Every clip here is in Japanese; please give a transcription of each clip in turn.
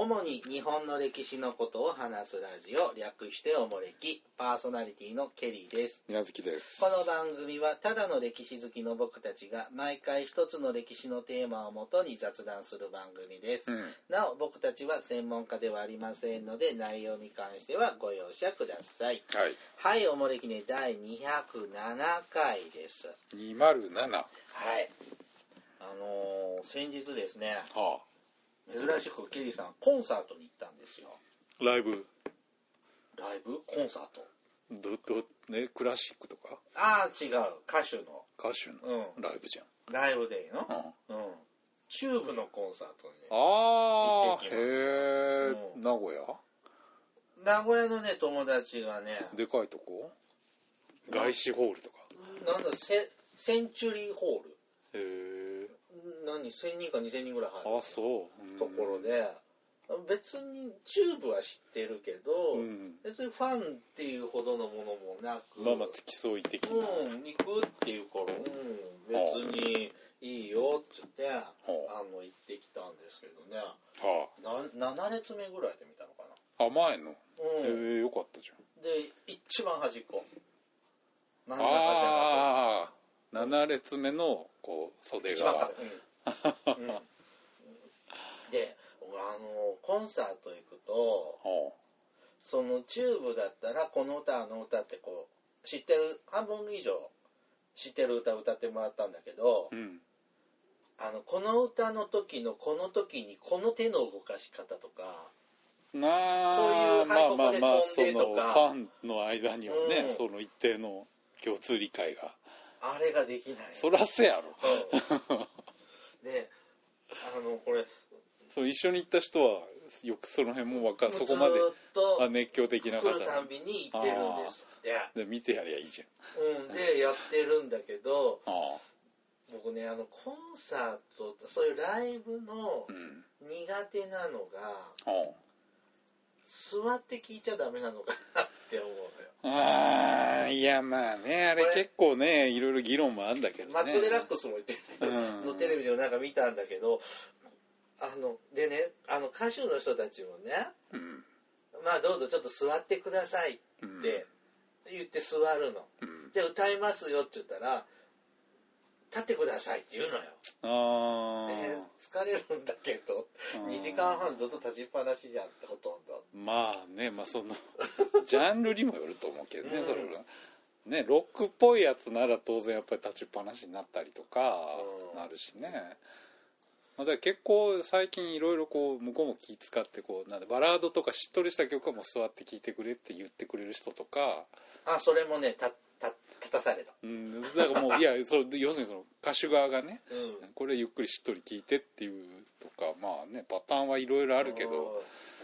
主に日本の歴史のことを話すラジオ、略しておもれき。パーソナリティのケリーです。 水無月です。 この番組はただの歴史好きの僕たちが毎回一つの歴史のテーマをもとに雑談する番組です、なお僕たちは専門家ではありませんので、内容に関してはご容赦ください。はい、おもれきね第207回です。 207。 はい。先日ですね、珍しくケリーさんコンサートに行ったんですよ。 ライブコンサートね、クラシックとか違う、歌手のライブじゃん。 ライブでいいの、チューブのコンサートに、ね、 行ってきました。名古屋のね友達がね、 でかいとこ外資ホールとかなんだセンチュリーホール、1000人か2000人ぐらい入るところで、別にチューブは知ってるけど、別にファンっていうほどのものもなく、 付き添い的な、 行くっていうから、別にいいよって言って、行ってきたんですけどね、7列目ぐらいで見たのかな。 前の、よかったじゃん。 で一番端っこ、 7列目のこう袖がで、コンサート行くと、そのチューブだったらこの歌あの歌ってこう知ってる、半分以上知ってる歌歌ってもらったんだけど、この歌の時のこの時にこの手の動かし方とか、こういうはいここで飛んでとか、 ファンの間にはね、その一定の共通理解があれができない。 そらせやろ。 で、これそう一緒に行った人はよくその辺もそこまで熱狂的な方来るたんびに行ってるんですって。 で見てやりゃいいじゃん。でやってるんだけど、僕ねコンサートそういうライブの苦手なのが、座って聞いちゃダメなのかなって思うのよ。 いやまあね、あれ結構ねいろいろ議論もあるんだけどね。 マツコ・デラックスも言ってのテレビでもなんか見たんだけど、でね、歌手の人たちもね、まあどうぞちょっと座ってくださいって言って座るの、じゃあ歌いますよって言ったら立ってくださいって言うのよ。疲れるんだけど、2時間半ずっと立ちっぱなしじゃんって、ほとんど。 まあね、そのジャンルにもよると思うけどね、それはね、ロックっぽいやつなら当然やっぱり立ちっぱなしになったりとかなるしね。だから結構最近いろいろこう向こうも気使ってこうバラードとかしっとりした曲はもう座って聴いてくれって言ってくれる人とか、 それもね立たされた。 だからもういや要するにその歌手側がね、これゆっくりしっとり聴いてっていうとか、まあねパターンはいろいろあるけど、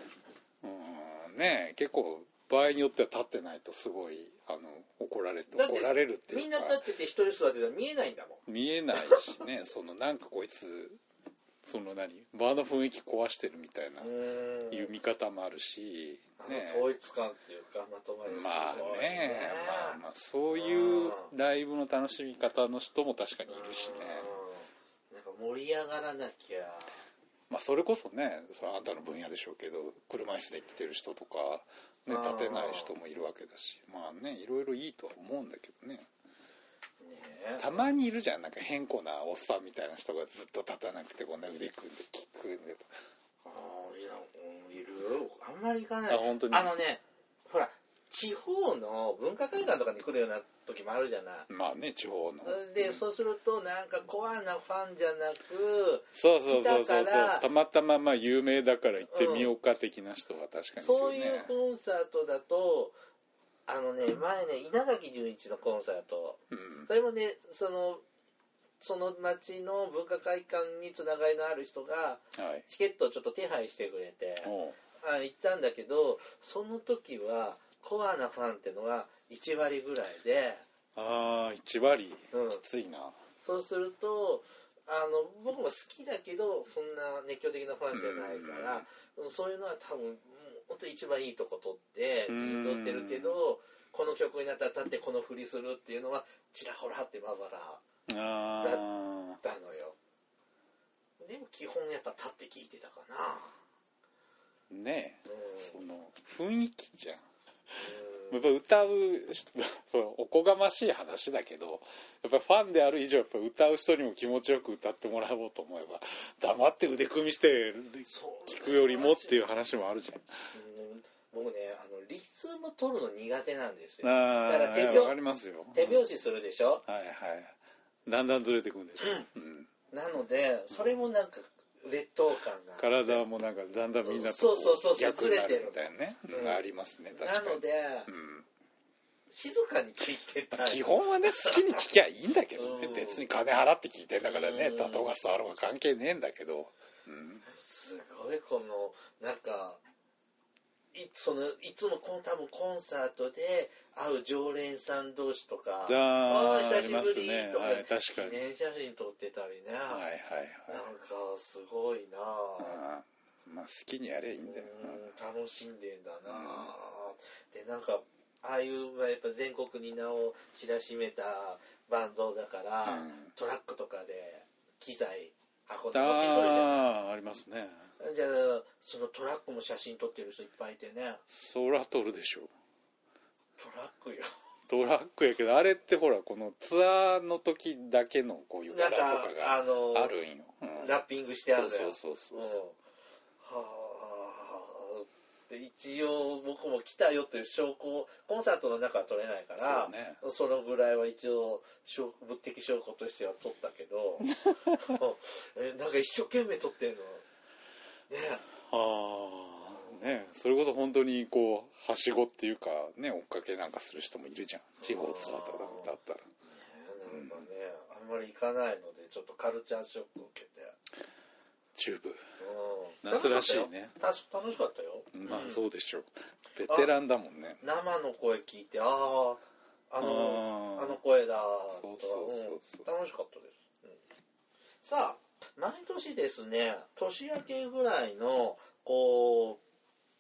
ね結構場合によっては立ってないとすごい怒られるっていうか、 みんな立ってて一人座ってたら見えないんだもん。 見えないしねそのなんかこいつその場の雰囲気壊してるみたいないう見方もあるし、 統一感っていうかまとまりすごいね。 まあそういうライブの楽しみ方の人も確かにいるしね。 なんか盛り上がらなきゃ。 それこそね、それあんたの分野でしょうけど、車椅子で来てる人とかね、立てない人もいるわけだし、まあねいろいろいいとは思うんだけどね。たまにいるじゃん、なんか変更なおっさんみたいな人がずっと立たなくてこんな腕組んで組んでいる。あんまり行かない。 本当にほら地方の文化会館とかに来るような時もあるじゃない。 まあね、地方ので、そうするとなんかコアなファンじゃなく、 そうたまたま有名だから行ってみようか的な人は確かにいるよね。 そういうコンサートだと前ね稲垣潤一のコンサート、それもねその町の文化会館につながりのある人がチケットをちょっと手配してくれて、行ったんだけど、その時はコアなファンっていうのが1割ぐらいで、 1割、きついな。 そうすると僕も好きだけどそんな熱狂的なファンじゃないから、そういうのは多分本当に一番いいとこ取って陣取ってるけど、この曲になったら立ってこの振りするっていうのはちらほらってまばらだったのよ。でも基本やっぱ立って聴いてたかな。 ねえ、その雰囲気じゃん。やっぱ歌うそのおこがましい話だけど、やっぱファンである以上やっぱ歌う人にも気持ちよく歌ってもらおうと思えば、黙って腕組みして聞くよりもっていう話もあるじゃん。 僕ねリズム取るの苦手なんですよ。 だから手拍子するでしょ、 はいはい、だんだんずれてくんでしょ、 なのでそれもなんか劣等感が体もなんかだんだんみんなと逆になるみたいなね、ありますね。確かに。 なので、静かに聴いてたい。 基本はね好きに聴きゃいいんだけどね、別に金払って聴いてんだからね、打倒が伝わるのが関係ねえんだけど、 すごいこのなんかいつも多分コンサートで会う常連さん同士とか久しぶりとか記念写真撮ってたりね、なんかすごいなあ。 まあ好きにやればいいんだよ、 楽しんでんだな、でなんかああいうやっぱ全国に名を知らしめたバンドだから、トラックとかで機材運んで持ってくるじゃん。 ありますね。 じゃあそのトラックも写真撮ってる人いっぱいいてね。 そら撮るでしょ。 トラックよ。 トラックやけど、あれってほらこのツアーの時だけのこういう柄とかがあるんよ、 ラッピングしてあるんだよ。 そうはあ。で一応僕も来たよという証拠、コンサートの中は撮れないから そのぐらいは一応物的証拠としては撮ったけどなんか一生懸命撮ってんのね。ね、それこそ本当にこうはしごっていうかね、追っかけなんかする人もいるじゃん、地方ツアーとかだったら。 なんかね、あんまり行かないのでちょっとカルチャーショックを受けて。 チューブ、夏らしいね。 楽しかったよ。 まあそうでしょう、ベテランだもんね。 生の声聞いて、あの声だと、楽しかったです、さあ毎年ですね、年明けぐらいのこう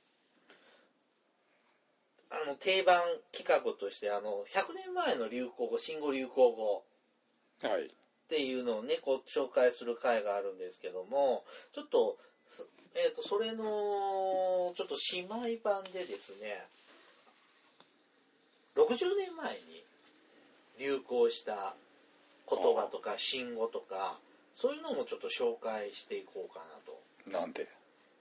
定番企画として100年前の流行語、新語・流行語っていうのをねこう紹介する回があるんですけども、ちょっとそれのちょっと姉妹版でですね、60年前に流行した言葉とか新語とかそういうのもちょっと紹介していこうかなと。 なんで？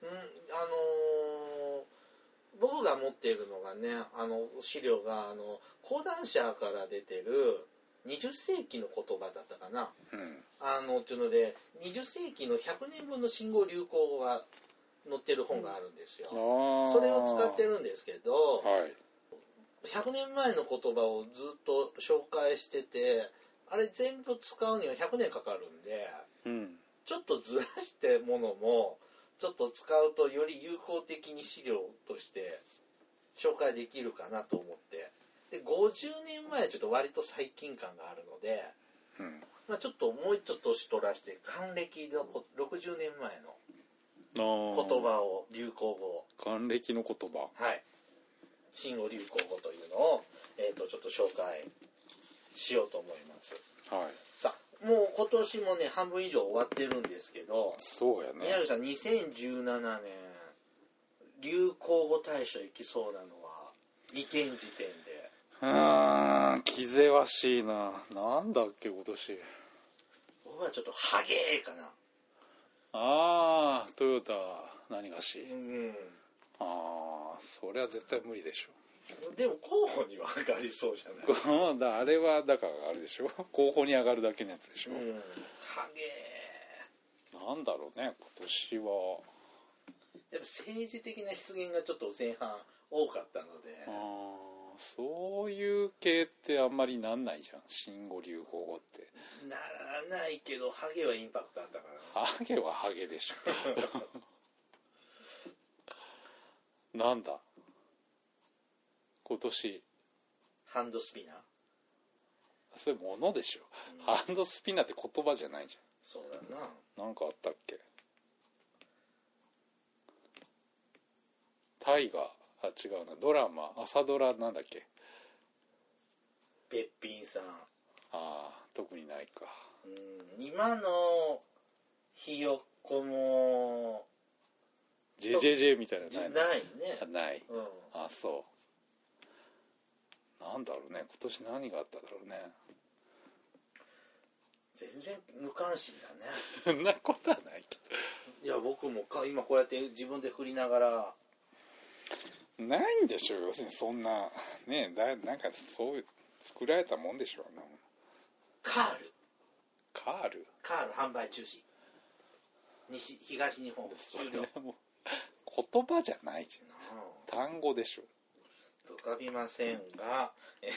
僕が持っているのがね、資料が講談社から出てる20世紀の言葉だったかな、っていうので20世紀の100年分の新語・流行語が載ってる本があるんですよ。それを使ってるんですけど、100年前の言葉をずっと紹介してて、あれ全部使うには100年かかるんで、ちょっとずらしてものもちょっと使うとより有効的に資料として紹介できるかなと思って、で50年前はちょっと割と最近感があるので、ちょっともうちょっと年取らして還暦の60年前の言葉を、流行語、 還暦の言葉、 新語・流行語というのを、ちょっと紹介しようと思います。さあもう今年もね半分以上終わってるんですけど、 そうやね。 宮城さん2017年流行語大賞行きそうなのは2件時点で。 気ぜわしいな。なんだっけ今年。 僕はちょっとハゲーかな。 トヨタ何がし。それは絶対無理でしょ。 でも候補には上がりそうじゃない。 あれはだからあれでしょ、候補に上がるだけのやつでしょ。 ハゲーなんだろうね今年は。 やっぱ政治的な失言がちょっと前半多かったので、 そういう系ってあんまりなんないじゃん、新語・流行語って。 ならないけどハゲはインパクトあったから、 ハゲはハゲでしょなんだ今年。 ハンドスピナー、 それものでしょ、ハンドスピナーって言葉じゃないじゃん。 そうだな。 なんかあったっけ。大河、違うな、ドラマ、朝ドラなんだっけ。 べっぴんさん。 特にないか。 今のひよっこも JJJ みたいなのないの？ ないね。 ない、 うん、 あ、そうなんだろうね、今年何があっただろうね。 全然無関心だね。 そんなことはないけいや僕も今こうやって自分で振りながらど、ないんでしょう、要するにそんなね、なんかそういう作られたもんでしょうな。 カール販売中止、東日本終了。 もう言葉じゃないじゃん、単語でしょ。 浮かびませんが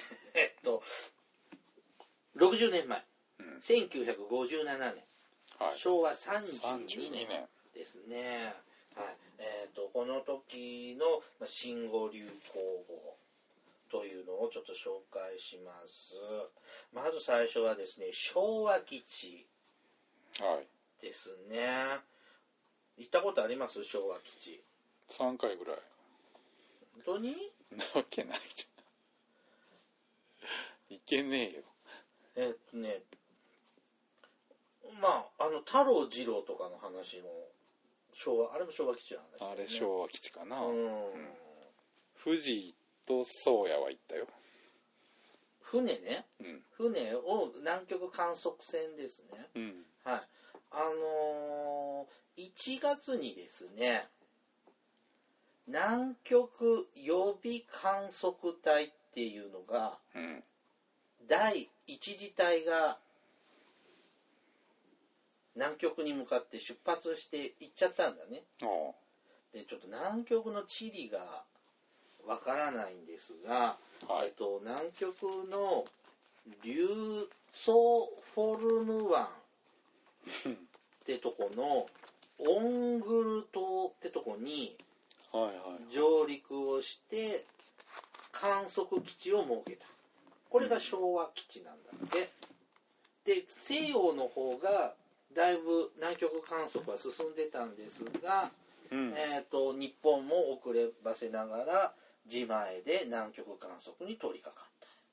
60年前、1957年、はい、昭和32年ですね。はい、この時の新語・流行語というのをちょっと紹介します。まず最初はですね、昭和基地ですね。はい、行ったことあります？昭和基地。 3回ぐらい。 本当に？ なわけないじゃん。いけねえよ。 まあ太郎次郎とかの話のあれも昭和基地なんですよね。 あれ昭和基地かな。富士と宗谷は行ったよ。 船ね、船を南極観測船ですね。はい。1月にですね、南極予備観測隊っていうのが、第一次隊が南極に向かって出発して行っちゃったんだね。でちょっと南極の地理がわからないんですが、はい、南極のリューソフォルム湾ってとこのオングル島ってとこに上陸をして観測基地を設けた。これが昭和基地なんだって。で西洋の方がだいぶ南極観測は進んでたんですが、日本も遅ればせながら自前で南極観測に取り掛か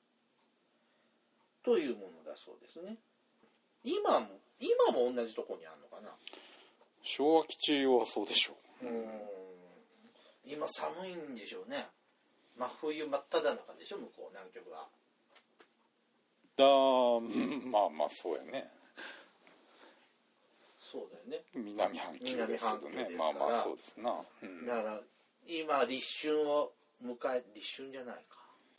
ったというものだそうですね。今も同じとこにあるのかな。 昭和基地はそうでしょう。 今寒いんでしょうね。真冬真っ只中でしょ、向こう南極は。 まあまあそうやね。 そうだよね。 南半球ですけどね。まあまあそうですな。 だから今立春を迎え、立春じゃないか。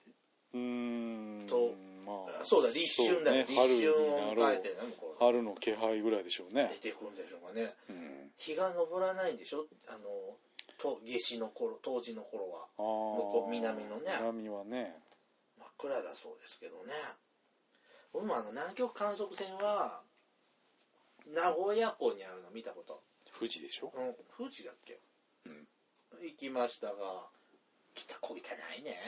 まあ、そうだ、立春だよ、ね、立春を迎えてね、 春の気配ぐらいでしょうね。 出てくるんでしょうかね。日が昇らないんでしょ、夏至の頃、冬至の頃は。向こう南のね。 南はね。 真っ暗だそうですけどね。僕も南極観測船は名古屋港にあるの見たこと。 富士でしょ。 富士だっけ。行きましたが、小汚いね。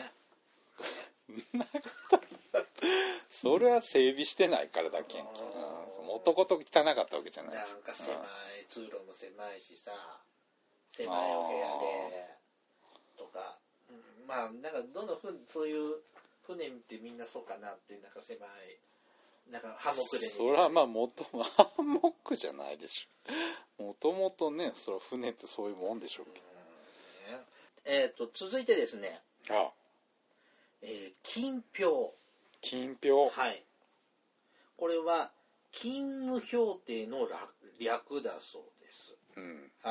それは整備してないからだけん。もとこと汚かったわけじゃない。 なんか狭い、通路も狭いしさ、狭いお部屋でとか、まあなんかどんどんそういう船ってみんなそうかなって、なんか狭い、なんかハンモックで。 それはまあハンモックじゃないでしょ。もともとね、それは船ってそういうもんでしょうけど。続いてですね。金氷。はい。これは勤務評定の略だそうです。はい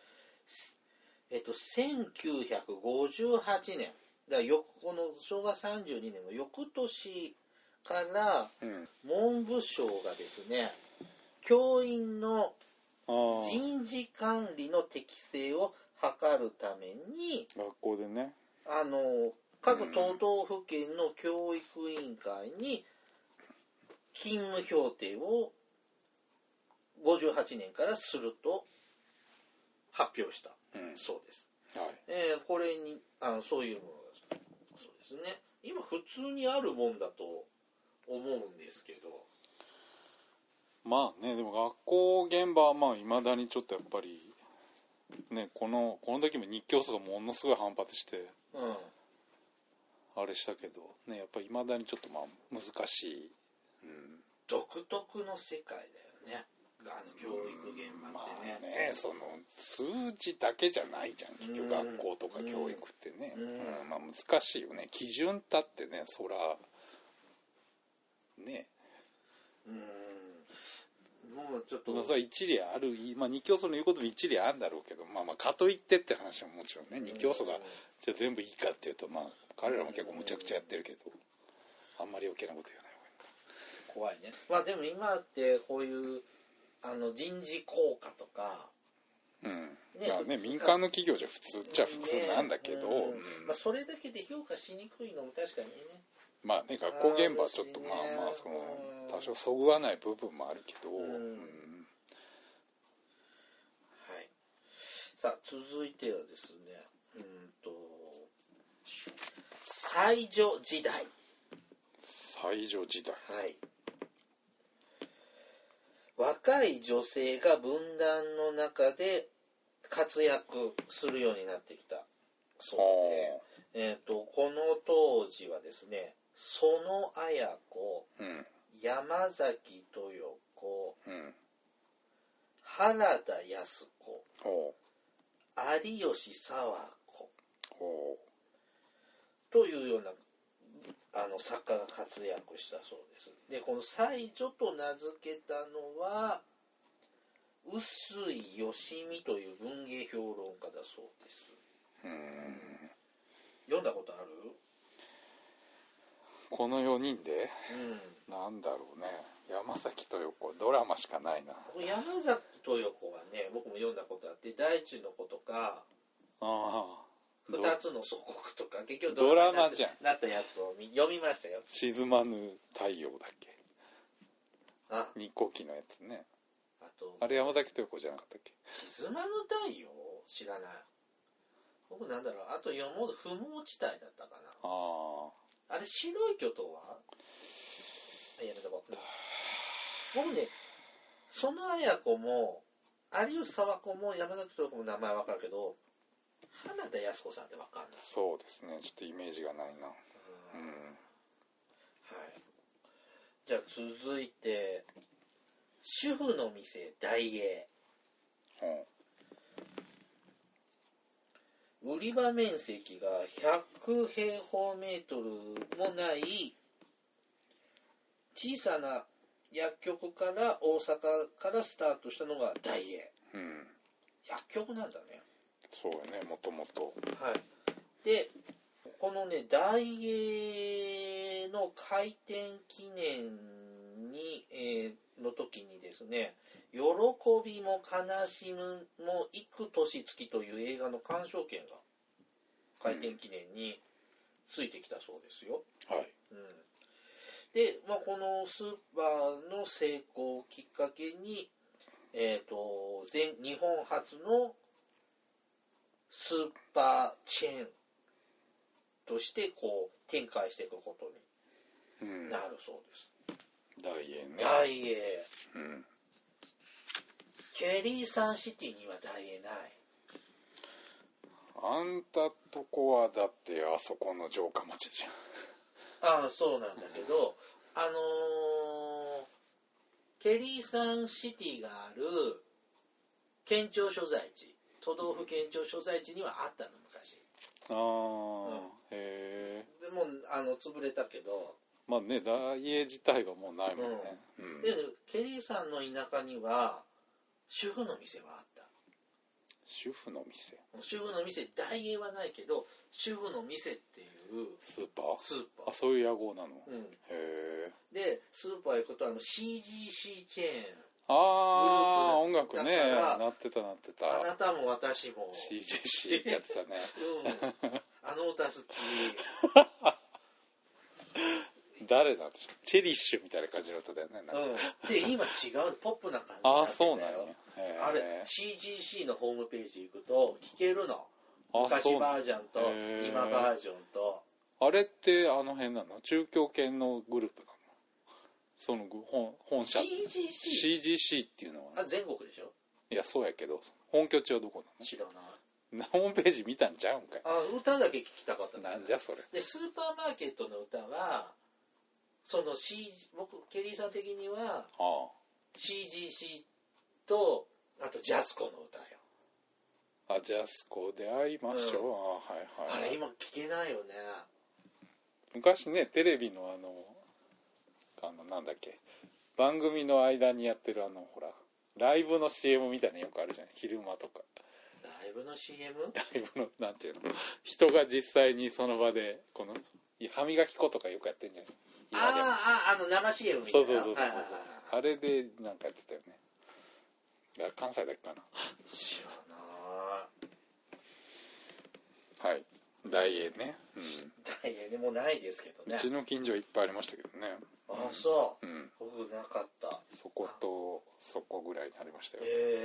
。1958年だからこの昭和32年の翌年から文部省がですね、教員の人事管理の適正を図るために学校でね、 各都道府県の教育委員会に勤務評定を58年からすると発表したそうです。これにそういうものだそうですね。今普通にあるもんだと思うんですけど。 まあね、でも学校現場はまあ未だにちょっとやっぱりね、この時も日教組がものすごい反発して。あれしたけどね、やっぱり未だにちょっとまあ難しい、 独特の世界だよね。 教育現場ってね。 まあね、その数字だけじゃないじゃん結局学校とか教育ってね、まあ、難しいよね。基準だってね、そらね、 もうちょっとそれは一理ある、まあ、二教祖の言うことも一理あるんだろうけど、まあまあかといってって話はもちろんね、二教祖がじゃあ全部いいかっていうと、まあ彼らも結構むちゃくちゃやってるけど、あんまり余計なこと言わない方がいい。怖いね。まあでも今ってこういう人事効果とか、 ね、まあね、民間の企業じゃ普通っちゃ普通なんだけど、 まあ、それだけで評価しにくいのも確かにね。まあね、学校現場はちょっとまあまあその多少そぐわない部分もあるけど、はい。 さあ続いてはですね、才女時代。 才女時代。 はい。若い女性が分断の中で活躍するようになってきたそうで、この当時はですね、園綾子、山崎豊子、原田康子、有吉佐和子というような作家が活躍したそうです。でこの才女と名付けたのは臼井義美という文芸評論家だそうです。読んだことある？ この4人で、なんだろうね、山崎豊子ドラマしかないな。 山崎豊子はね、僕も読んだことあって、大地の子とか二つの祖国とか結局ドラマじゃんなったやつを読みましたよ。 沈まぬ太陽だっけ、日航機のやつね。あれ山崎豊子じゃなかったっけ？ 沈まぬ太陽知らない。僕なんだろう、あと読もう不毛地帯だったかな。あれ白い巨頭はやめとこう。僕ね、園綾子も有吉佐和子も山崎豊子も名前わかるけど、原田康子さんってわかんない。 そうですね、ちょっとイメージがないな。はい 。じゃあ続いて主婦の店大英。売り場面積が100平方メートルもない小さな薬局から大阪からスタートしたのが大英。薬局なんだね。 そうやね、もともと。 はい。でこのね大英の開店記念に、の時にですね、喜びも悲しみも幾年月という映画の鑑賞券が開店記念についてきたそうですよ。で、このスーパーの成功をきっかけに、日本初のスーパーチェーンとしてこう展開していくことになるそうです。 大英ね。 大英。ケリーサンシティには大英ない。 あんたとこはだってあそこの城下町じゃん。 そうなんだけど、ケリーサンシティがある県庁所在地、都道府県庁所在地にはあったの昔。へえ。でも潰れたけど。 まあね、大英自体がもうないもんね。 でケリーさんの田舎には主婦の店はあった。 主婦の店。 主婦の店、大英はないけど主婦の店っていうスーパー。そういう屋号なの。へえ。 でスーパー行くとCGC チェーン。 音楽ね、なってた。 あなたも私も CGC ってやってたね。 あの歌好き。 誰なんでしょう。チェリッシュみたいな感じの歌だよね。 で今違うポップな感じになってたよ。 そうなんや。 あれ CGC のホームページ行くと聴けるの。昔バージョンと今バージョンと。 あれってあの辺なの？中京圏のグループなの？その本社 CGC っていうのは全国でしょ。 いやそうやけど本拠地はどこなの？ 知らない。 ホームページ見たんちゃうんかい。 歌だけ聞きたかった。 なんじゃそれ。 でスーパーマーケットの歌はその僕ケリーさん的には CGC とあとジャスコの歌よ。 あ、ジャスコで会いましょう、はいはい。 あれ今聞けないよね。 昔ねテレビのなんだっけ番組の間にやってるほらライブの CM みたいなのよくあるじゃん、昼間とか。 ライブの CM？ ライブのなんていうの、人が実際にその場でこの歯磨き粉とかよくやってんじゃん今でも。 生 CM みたいな。 そう、あれでなんかやってたよね。関西だっけかな。 知らない。はい、大英ね、 大英でもないですけどね。 うちの近所いっぱいありましたけどね。 そう、僕なかった。 そことそこぐらいにありましたよ。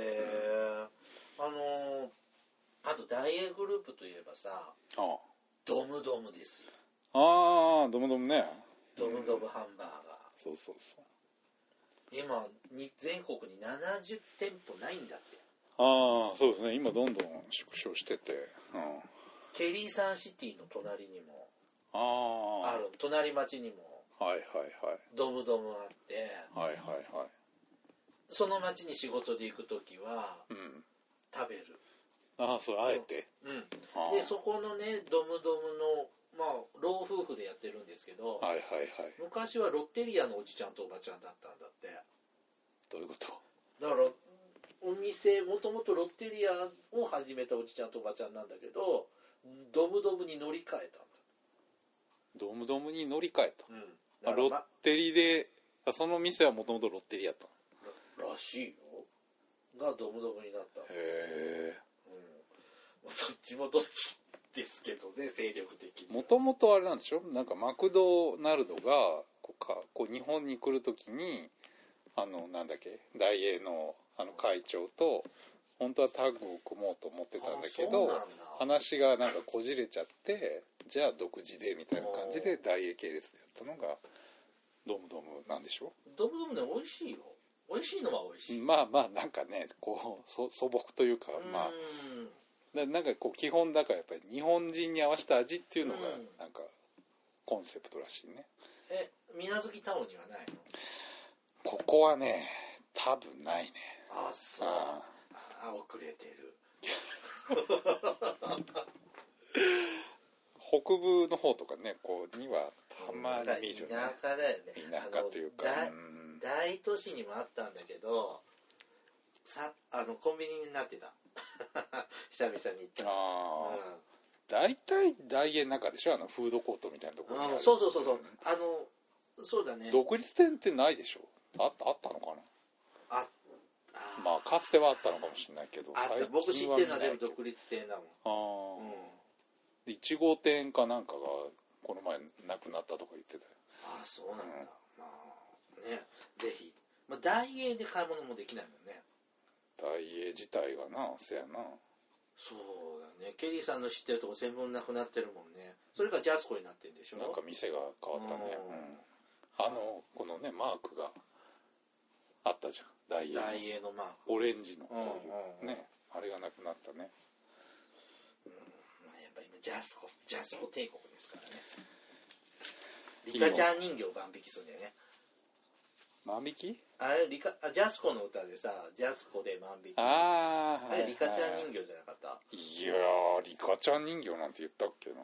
あと大英グループといえばさ、ドムドムですよ。 ドムドムね。 ドムドムハンバーガー。 そう今全国に70店舗ないんだって。 そうですね、今どんどん縮小してて、 ケリーサンシティの隣にもある、隣町にもドムドムあって、その町に仕事で行く時は食べる。 そう、あえて、 でそこのねドムドムの老夫婦でやってるんですけど、昔はロッテリアのおじちゃんとおばちゃんだったんだって。 どういうこと？ だからお店もともとロッテリアを始めたおじちゃんとおばちゃんなんだけど、ドムドムに乗り換えたんだ。 ドムドムに乗り換えた、 ロッテリでその店はもともとロッテリやったらしいよがドムドムになった。へえ、どっちもどっちですけどね、勢力的に。 もともとあれなんでしょ、なんかマクドナルドがこう日本に来るときになんだっけ、大英の会長と本当はタッグを組もうと思ってたんだけど、話がなんかこじれちゃって、じゃあ独自でみたいな感じで大英系列でやったのがドムドムなんでしょ。 ドムドムね、美味しいよ。美味しいのは美味しい。 なんかね、こう素朴というか、なんかこう基本だからやっぱり日本人に合わせた味っていうのがなんかコンセプトらしいね。 水無月タウンにはないの？ ここはね多分ないね。 そう。遅れてる。 北部の方とかね、こうにはたまに見るね。 田舎だよね。 田舎というか、 大都市にもあったんだけどコンビニになってた。久々に行ったら。 大体大英の中でしょ、フードコートみたいなところにある。 そうそうだね。 独立店ってないでしょ。あったのかな。かつてはあったのかもしれないけど、 僕知ってるのは全部独立店だもん。 で1号店かなんかがこの前なくなったとか言ってたよ。 そうなんだ。ね、ぜひ。大英で買い物もできないもんね。 大英自体がな、せやな。 そうだね。ケリーさんの知ってるとこ全部なくなってるもんね。それがジャスコになってるんでしょ。 なんか店が変わったね。このねマークがあったじゃん。大英のマーク、 オレンジのね、あれがなくなったね。 やっぱりジャスコ帝国ですからね。リカちゃん人形を万引きするんだよね。 万引き？ ジャスコの歌でさ、ジャスコで万引き。リカちゃん人形じゃなかった？ いやー、リカちゃん人形なんて言ったっけな。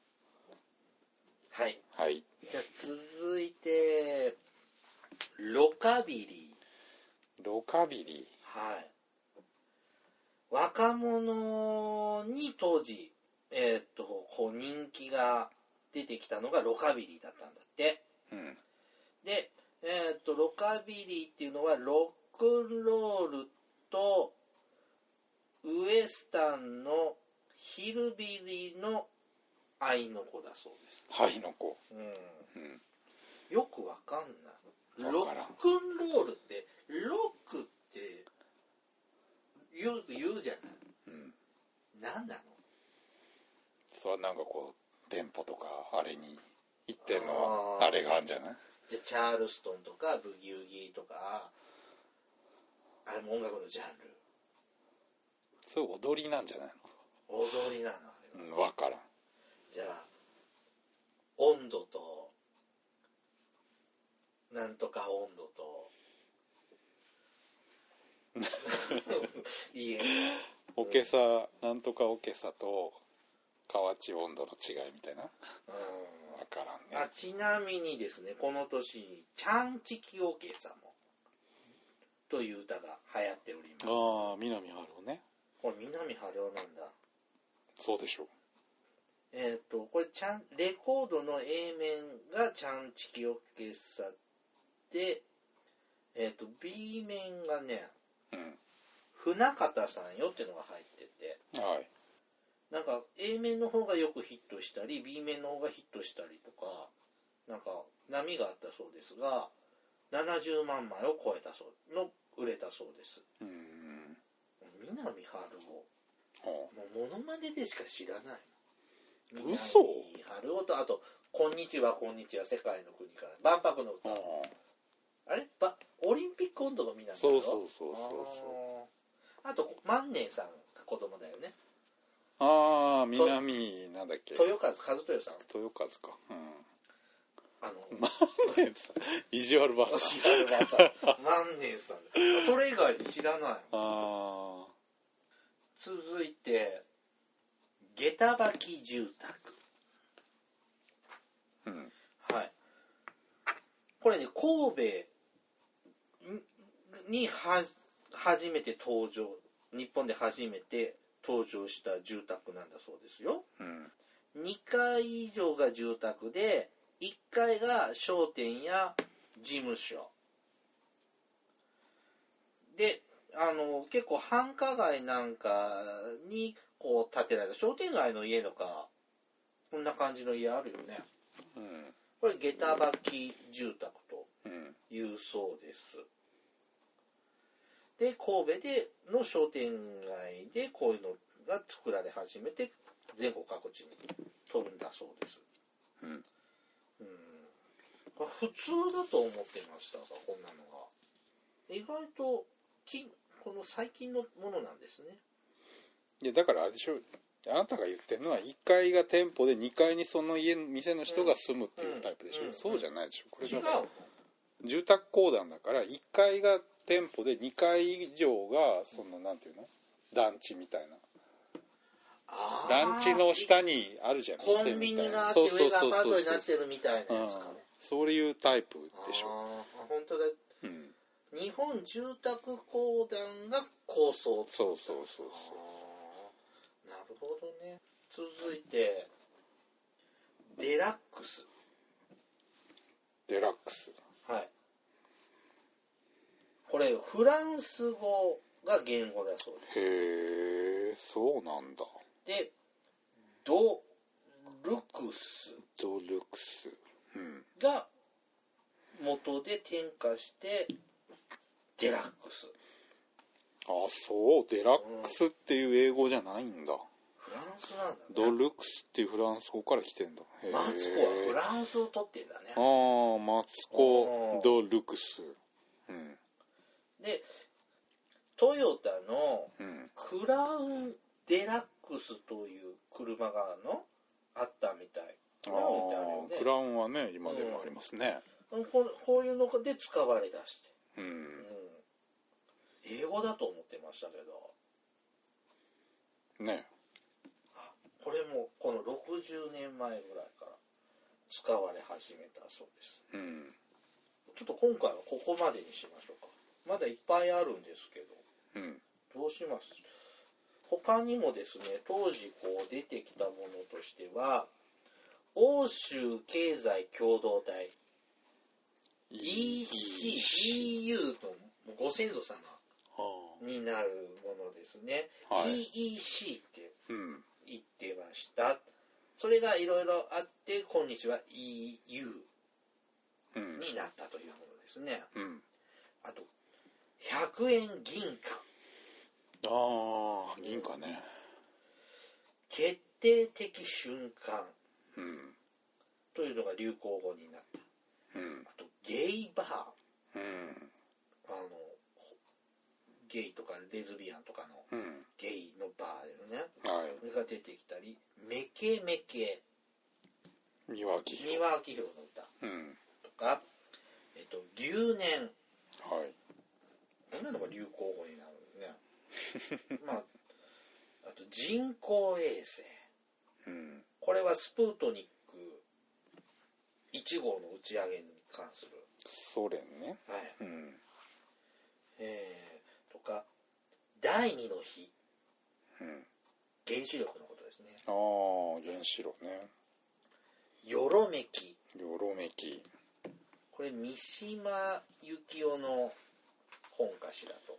はい。 はい。 じゃあ続いてロカビリー。はい。若者に当時こう人気が出てきたのがロカビリーだったんだって。で、ロカビリーっていうのはロックンロールとウエスタンのヒルビリーの愛の子だそうです。 愛の子。 よくわかんない。ロックンロールってロックってよく言うじゃない。何なの？ それはなんかこうテンポとかあれに一定のあれがあるんじゃない？ じゃあチャールストンとかブギウギとかあれも音楽のジャンル。 そう踊りなんじゃないの？踊りなの？ 分からん。 じゃあ温度となんとか温度とけさなんとかおけさと河内温度の違いみたいな、分からんね。 ちなみにですね、この年ちゃんちきおけさもという歌が流行っております。 ああ、南春夫ね。 これ南春夫なんだ。 そうでしょう。 これレコードの A 面がちゃんちきおけさで、B 面がね、船方さんよっていうのが入ってて、 はい、 なんか A 面の方がよくヒットしたり B 面の方がヒットしたりとか、なんか波があったそうですが、70万枚を超えたそうの売れたそうです。南春夫、もうモノマネでしか知らない。 嘘。 南春夫と、あとこんにちはこんにちは世界の国から万博の歌、あれオリンピック温度の南春夫。 そうあと万年さんが子供だよね。 ああ、南なんだっけ、 豊和さん。 豊和か、 万年さん意地悪ばあさん万年さん、それ以外で知らない。続いて下駄履き住宅、はい、これね神戸に初めて登場、日本で初めて登場した住宅なんだそうですよ。2階以上が住宅で1階が商店や事務所で、結構繁華街なんかにこう建てられた商店街の家とか、こんな感じの家あるよね。これ下駄履き住宅というそうです。で神戸での商店街でこういうのが作られ始めて全国各地に飛ぶんだそうです。普通だと思ってましたが、こんなのが意外とこの最近のものなんですね。 いやだからあれでしょ、あなたが言ってるのは1階が店舗で2階にその店の人が住むっていうタイプでしょ、そうじゃないでしょ。これだから住宅公団だから1階が店舗で2階以上がそのなんていうの団地みたいな、団地の下にあるじゃん、 コンビニがあって上がアパートになってるみたいなやつかね。 そういうタイプでしょ。 本当だ、日本住宅公団が構想。そうなるほどね。続いてデラックス。はい、これフランス語が言語だそうです。 へえ、そうなんだ。 でドルクスが元で転化してデラックス。 そう、デラックスっていう英語じゃないんだ。 フランスなんだね。 ドルクスっていうフランス語から来てんだ。 マツコはフランスを取ってんだね。 マツコドルクス。 でトヨタのクラウンデラックスという車があったみたい。クラウンってあるよね。 クラウンはね今でもありますね。 こういうので使われだして、英語だと思ってましたけどね。これもこの60年前ぐらいから使われ始めたそうです。ちょっと今回はここまでにしましょうか。まだいっぱいあるんですけど、どうします？他にもですね、当時こう出てきたものとしては欧州経済共同体 EU とご先祖様になるものですね。EEC って言ってました。それがいろいろあって今日は EU になったというものですね。あと100円銀貨。 銀貨ね。 決定的瞬間というのが流行語になった。あとゲイバー、ゲイとかレズビアンとかのゲイのバーでね、それが出てきたり、メケメケ、三輪明宏の歌とか、留年、こんなのが流行語になるね。 あと人工衛星、 うん、 これはスプートニック1号の打ち上げに関するソ連ね、 はい、 うん、 とか第2の日、 うん、 原子力のことですね。 ああ、原子炉ね。 よろめき、 よろめき、 これ三島由紀夫の本かしらと。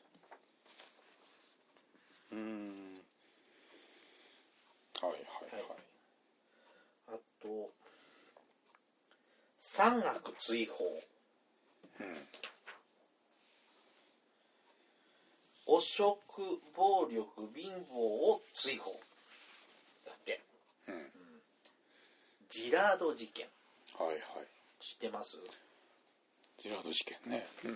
はいはいはい、 はい、あと山岳追放、 うん、 汚職暴力貧乏を追放だっけ、 うん、 ジラード事件、 はいはい、 知ってます？ ジラード事件ね、うん、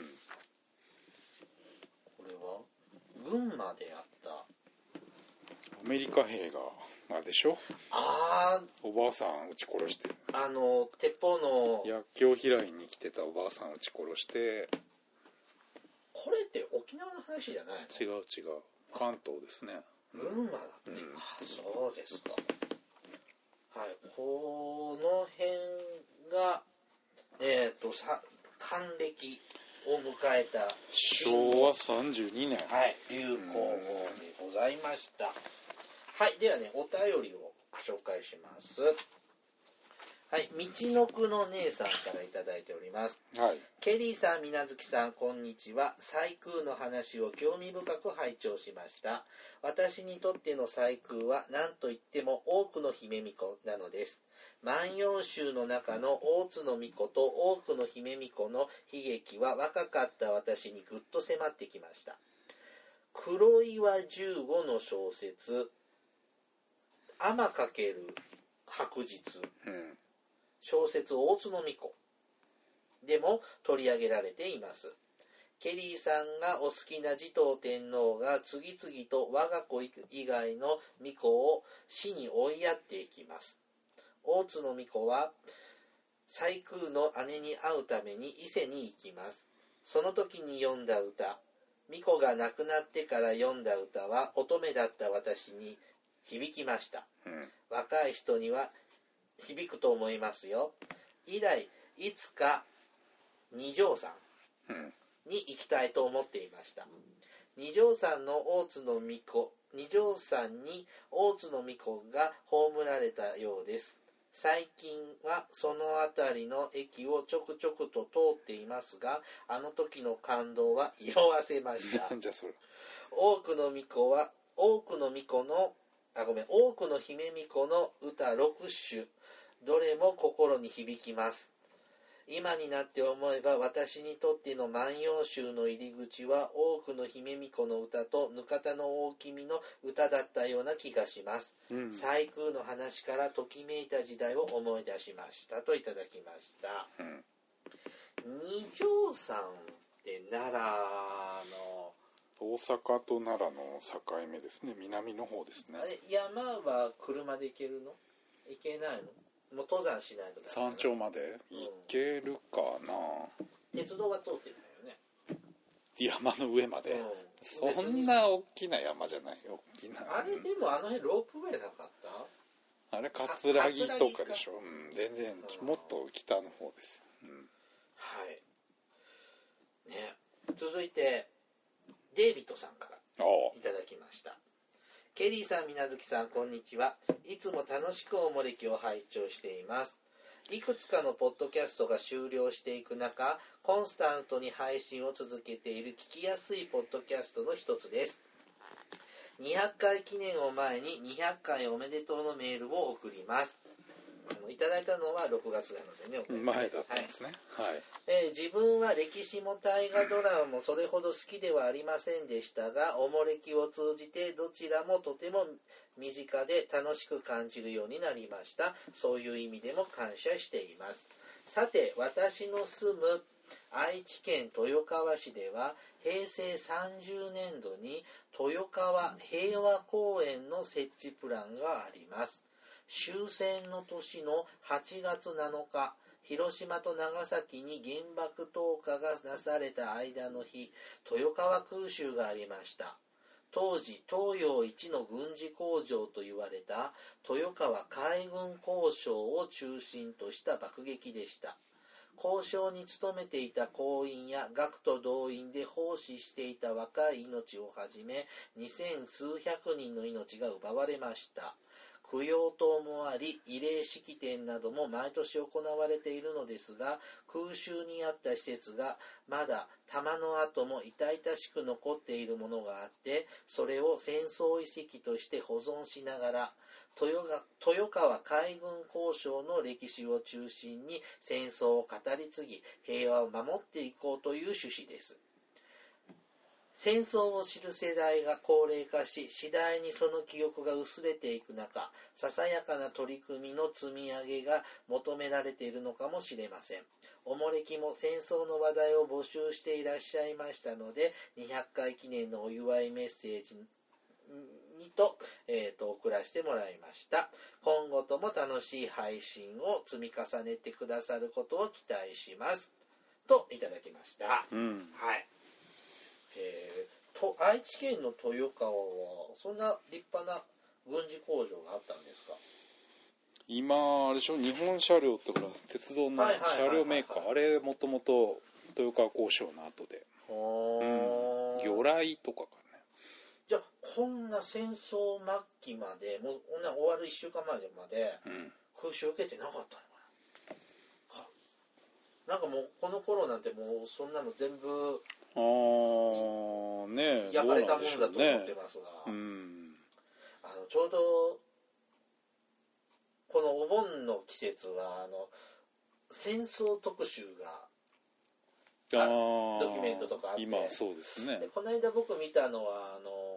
これは群馬であったアメリカ兵があれでしょ、おばあさん撃ち殺して、 鉄砲の薬莢飛来に来てたおばあさん撃ち殺して。 これって沖縄の話じゃないの？ 違う違う、関東ですね。 群馬だって、うん、そうですか。はい、この辺が還暦を迎えた昭和32年、 はい、流行語でございました。はい、ではね、お便りを紹介します。はい、道のくの姉さんからいただいております。 はい、 ケリーさん、みなずきさん、こんにちは。細空の話を興味深く拝聴しました。私にとっての細空は何といっても多くの姫巫女なのです。万葉集の中の大津の巫女と多くの姫巫女の悲劇は若かった私にぐっと迫ってきました。黒岩15の小説天かける白日、小説大津の巫女でも取り上げられています。ケリーさんがお好きな持統天皇が次々と我が子以外の巫女を死に追いやっていきます。大津の巫女は細空の姉に会うために伊勢に行きます。その時に読んだ歌、巫女が亡くなってから読んだ歌は乙女だった私に響きました、若い人には響くと思いますよ。以来いつか二条山に行きたいと思っていました。二条山の大津の巫女、二条山に大津の巫女が葬られたようです。最近はその辺りの駅をちょくちょくと通っていますが、あの時の感動は色あせました。 じゃそれ多くの巫女の姫巫女の歌6首、どれも心に響きます。今になって思えば私にとっての万葉集の入り口は多くの姫巫女の歌とぬかたの大君の歌だったような気がします、細空の話からときめいた時代を思い出しましたといただきました、二条山って奈良の大阪と奈良の境目ですね、南の方ですね。 あれ山は車で行けるの？行けないの？もう登山しないとダメ。 山頂まで行けるかな、 鉄道が通ってるよね、 山の上まで、そんな大きな山じゃないよ。大きなあれでもあの辺ロープウェイなかった？ あれ葛城とかでしょ、全然もっと北の方です、 はいね。続いてデイビッドさんからいただきました。ケリーさん、みなずきさん、こんにちは。いつも楽しくおもれきを拝聴しています。いくつかのポッドキャストが終了していく中、コンスタントに配信を続けている聞きやすいポッドキャストの一つです。200回記念を前に200回おめでとうのメールを送ります。いただいたのは6月なのでね、 前だったんですね、 自分は歴史も大河ドラマもそれほど好きではありませんでしたが、おもれきを通じてどちらもとても身近で楽しく感じるようになりました。そういう意味でも感謝しています。さて、私の住む愛知県豊川市では平成30年度に豊川平和公園の設置プランがあります。終戦の年の8月7日、広島と長崎に原爆投下がなされた間の日、豊川空襲がありました。 当時東洋一の軍事工場と言われた豊川海軍工廠を中心とした爆撃でした。交渉に努めていた工員や学徒動員で奉仕していた若い命をはじめ2000数百人の命が奪われました。供養塔もあり慰霊式典なども毎年行われているのですが、空襲にあった施設がまだ弾の跡も痛々しく残っているものがあって、それを戦争遺跡として保存しながら豊川海軍工廠の歴史を中心に戦争を語り継ぎ平和を守っていこうという趣旨です。戦争を知る世代が高齢化し、次第にその記憶が薄れていく中、ささやかな取り組みの積み上げが求められているのかもしれません。おもれきも戦争の話題を募集していらっしゃいましたので、200回記念のお祝いメッセージにと、送らせてもらいました。今後とも楽しい配信を積み重ねてくださることを期待しますといただきました。はい。愛知県の豊川はそんな立派な軍事工場があったんですか？ 今あれでしょ、日本車両ってほら鉄道の車両メーカー、あれもともと豊川工廠の後で、魚雷とかかね。 じゃあこんな戦争末期までもう終わる1週間前まで空襲受けてなかったのかな。なんかもうこの頃なんてもうそんなの全部焼かれたものだと思ってますが、ちょうどこのお盆の季節は戦争特集がドキュメントとかあって、 今そうですね。 でこの間僕見たのは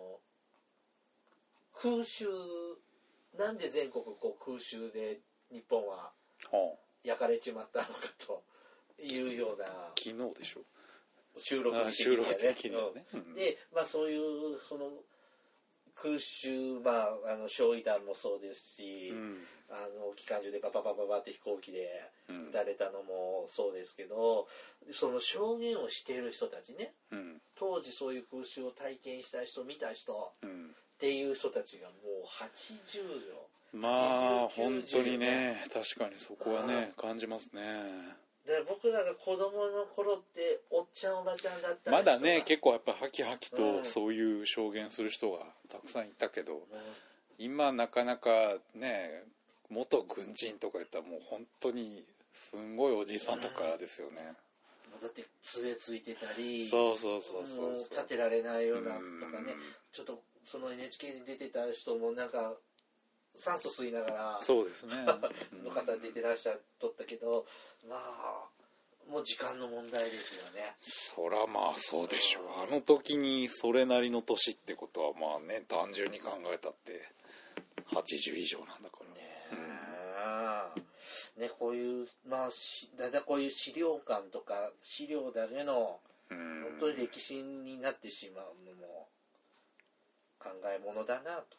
空襲、なんで全国空襲で日本は焼かれちまったのかというような、 昨日でしょ、 収録的にはね。で、そういうその空襲、焼夷弾もそうですし、機関銃でバババババって飛行機で撃たれたのもそうですけど、その証言をしている人たちね、当時そういう空襲を体験した人、見た人っていう人たちがもう80よ。 本当にね、確かにそこはね感じますね。 で僕らが子供の頃っておっちゃんおばちゃんだったまだね結構やっぱハキハキとそういう証言する人がたくさんいたけど、今なかなかね元軍人とか言ったらもう本当にすんごいおじいさんとかですよね。 だって杖ついてたり、 そう立てられないようなとかね、ちょっとその NHK に出てた人もなんか酸素吸いながらそうですねの方出てらっしゃっとったけど、もう時間の問題ですよね。 そらそうでしょう。あの時にそれなりの年ってことは単純に考えたって80以上なんだからね。こういうだいたいこういう資料館とか資料だけの本当に歴史になってしまうのも考えものだなと。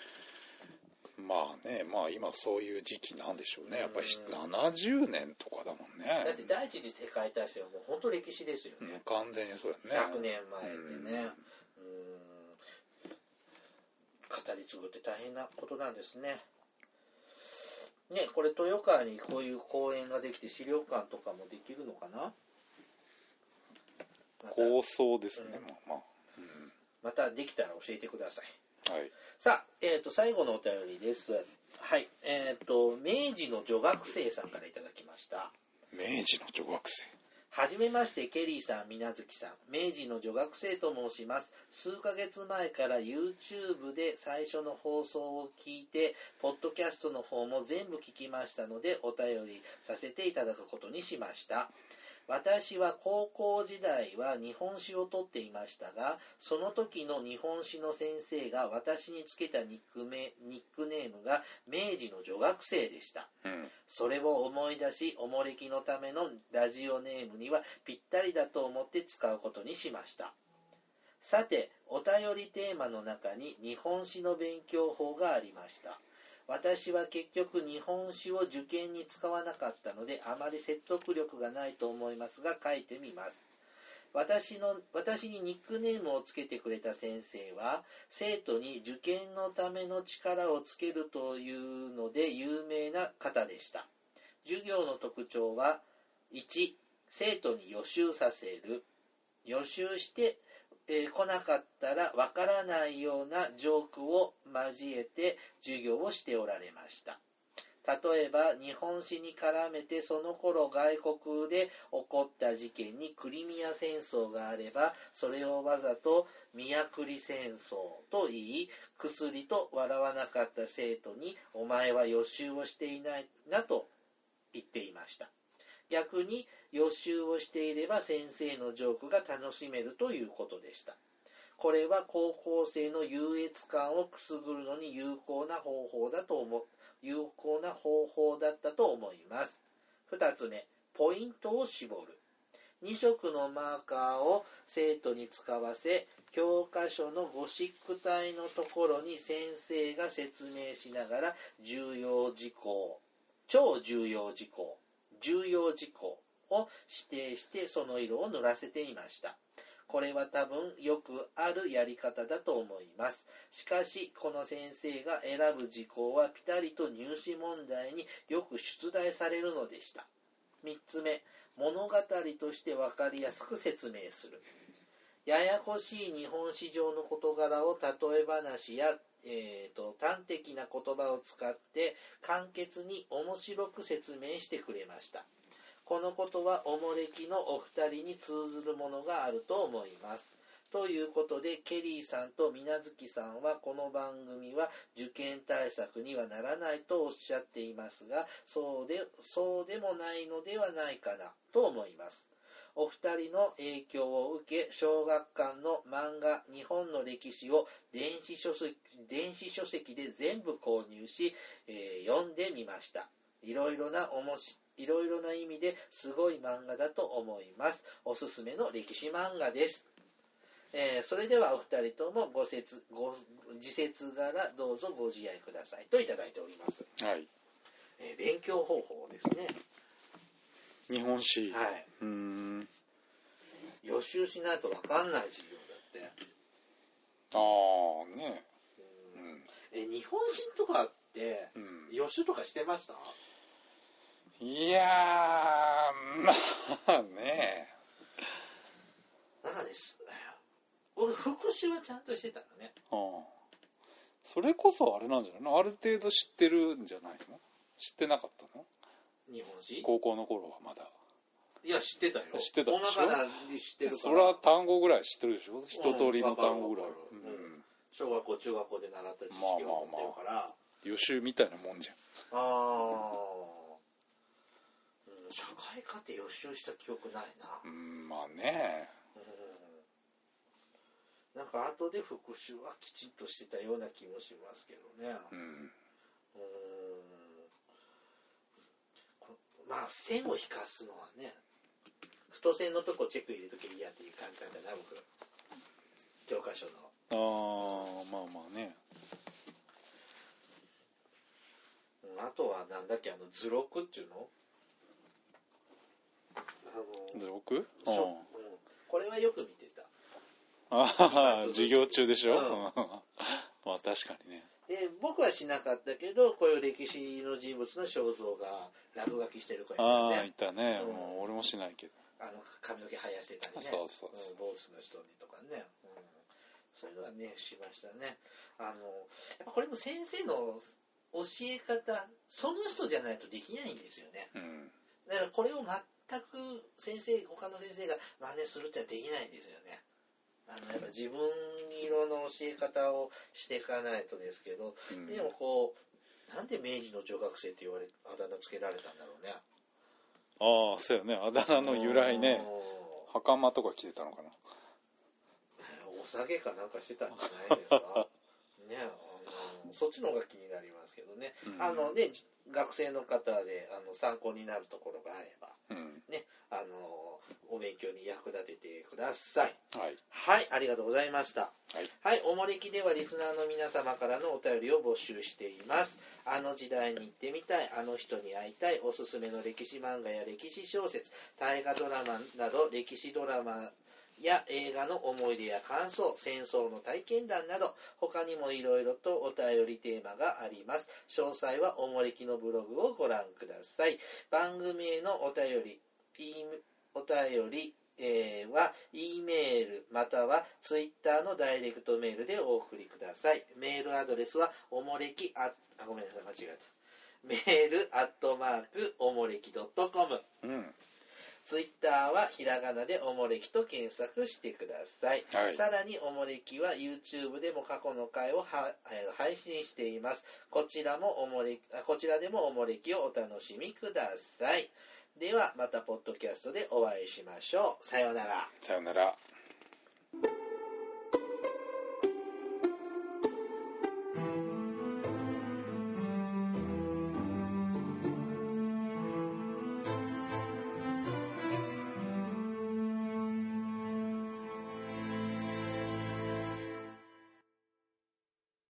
今そういう時期なんでしょうね。やっぱり70年とかだもんね。 だって第一次世界大戦はもう本当歴史ですよね。 完全にそうだね。 100年前でね。語り継ぐって大変なことなんですね。ね、これ豊川にこういう公園ができて資料館とかもできるのかな。 構想ですね。 またできたら教えてください。 はい、 さあ、最後のお便りです。はい、明治の女学生さんからいただきました。 明治の女学生。 はじめまして、ケリーさん、みなずきさん。明治の女学生と申します。数ヶ月前から YouTube で最初の放送を聞いて、ポッドキャストの方も全部聞きましたので、お便りさせていただくことにしました。私は高校時代は日本史をとっていましたが、その時の日本史の先生が私につけたニックネームが明治の女学生でした。それを思い出し、おもれきのためのラジオネームにはぴったりだと思って使うことにしました。さて、お便りテーマの中に日本史の勉強法がありました。私は結局日本史を受験に使わなかったのであまり説得力がないと思いますが書いてみます。 私にニックネームをつけてくれた先生は、生徒に受験のための力をつけるというので有名な方でした。授業の特徴は、1、生徒に予習させる。予習して来なかったらわからないようなジョークを交えて授業をしておられました。例えば日本史に絡めてその頃外国で起こった事件にクリミア戦争があれば、それをわざとミヤクリ戦争と言い、薬と笑わなかった生徒にお前は予習をしていないなと言っていました。逆に予習をしていれば先生のジョークが楽しめるということでした。これは高校生の優越感をくすぐるのに有効な方法だったと思います。2つ目、ポイントを絞る。2色のマーカーを生徒に使わせ、教科書のゴシック体のところに先生が説明しながら重要事項、超重要事項、重要事項を指定してその色を塗らせていました。これは多分よくあるやり方だと思います。しかしこの先生が選ぶ事項はピタリと入試問題によく出題されるのでした。3つ目、物語として分かりやすく説明する。ややこしい日本史上の事柄を例え話や端的な言葉を使って簡潔に面白く説明してくれました。このことはおもれきのお二人に通ずるものがあると思います。ということでケリーさんと水無月さんはこの番組は受験対策にはならないとおっしゃっていますが、そうでもないのではないかなと思います。お二人の影響を受け、小学館の漫画日本の歴史を電子書籍で全部購入し、読んでみました。いろいろな意味ですごい漫画だと思います。おすすめの歴史漫画です。それではお二人とも自節柄どうぞご自愛くださいといただいております。 はい。 勉強方法ですね。 日本史。 はい。予習しないと分かんない授業だって。 ああね。 日本史とかって予習とかしてました？ いやー、まあね。 なんかです僕復習はちゃんとしてたのね。 それこそあれなんじゃないの？ある程度知ってるんじゃないの？知ってなかったの？ 日本史？ 高校の頃はまだ。 いや知ってたよ。 知ってたでしょ？ 知ってるから。 それは単語ぐらい知ってるでしょ？一通りの単語ぐらい。 小学校中学校で習った知識を持ってるから。 予習みたいなもんじゃん。 社会科って予習した記憶ないな。 まあね。 なんか後で復習はきちっとしてたような気もしますけどね。まあ線を引かすのはね、太線のとこチェック入れときゃいいやっていう感じなんだな僕。教科書の。 まあまあね。 あとはなんだっけ図録っていうの？ 図録？ これはよく見てた。 授業中でしょ？まあ確かにね。 で僕はしなかったけど、こういう歴史の人物の肖像が落書きしてる子いたね。 いたね。もう俺もしないけど。 髪の毛生やしてたりね。 そう。 坊主の人にとかね。そういうのはねしましたね。やっぱこれも先生の教え方、その人じゃないとできないんですよね。だからこれを全く他の先生が真似するってのはできないんですよね。やっぱ自分色の教え方をしていかないとですけど、でもなんで明治の女学生ってあだ名つけられたんだろうね。 そうよね。あだ名の由来ね。袴とか着てたのかな。 お下げかなんかしてたんじゃないですか。ね、そっちの方が気になりますけどね。学生の方で参考になるところがあれば、ね、お勉強に役立ててください。はい、ありがとうございました。はい、おもれきではリスナーの皆様からのお便りを募集しています。あの時代に行ってみたい、あの人に会いたい、おすすめの歴史漫画や歴史小説、大河ドラマなど歴史ドラマや映画の思い出や感想、戦争の体験談など他にもいろいろとお便りテーマがあります。詳細はおもれきのブログをご覧ください。番組へのお便りは E メールまたは Twitter のダイレクトメールでお送りください。メールアドレスはおもれきごめんなさい間違えた。メール@おもれき.com、ツイッターはひらがなでおもれきと検索してください、はい、さらにおもれきは YouTube でも過去の回を配信しています。こちらでもおもれきをお楽しみください。ではまたポッドキャストでお会いしましょう。さようなら。 さようなら。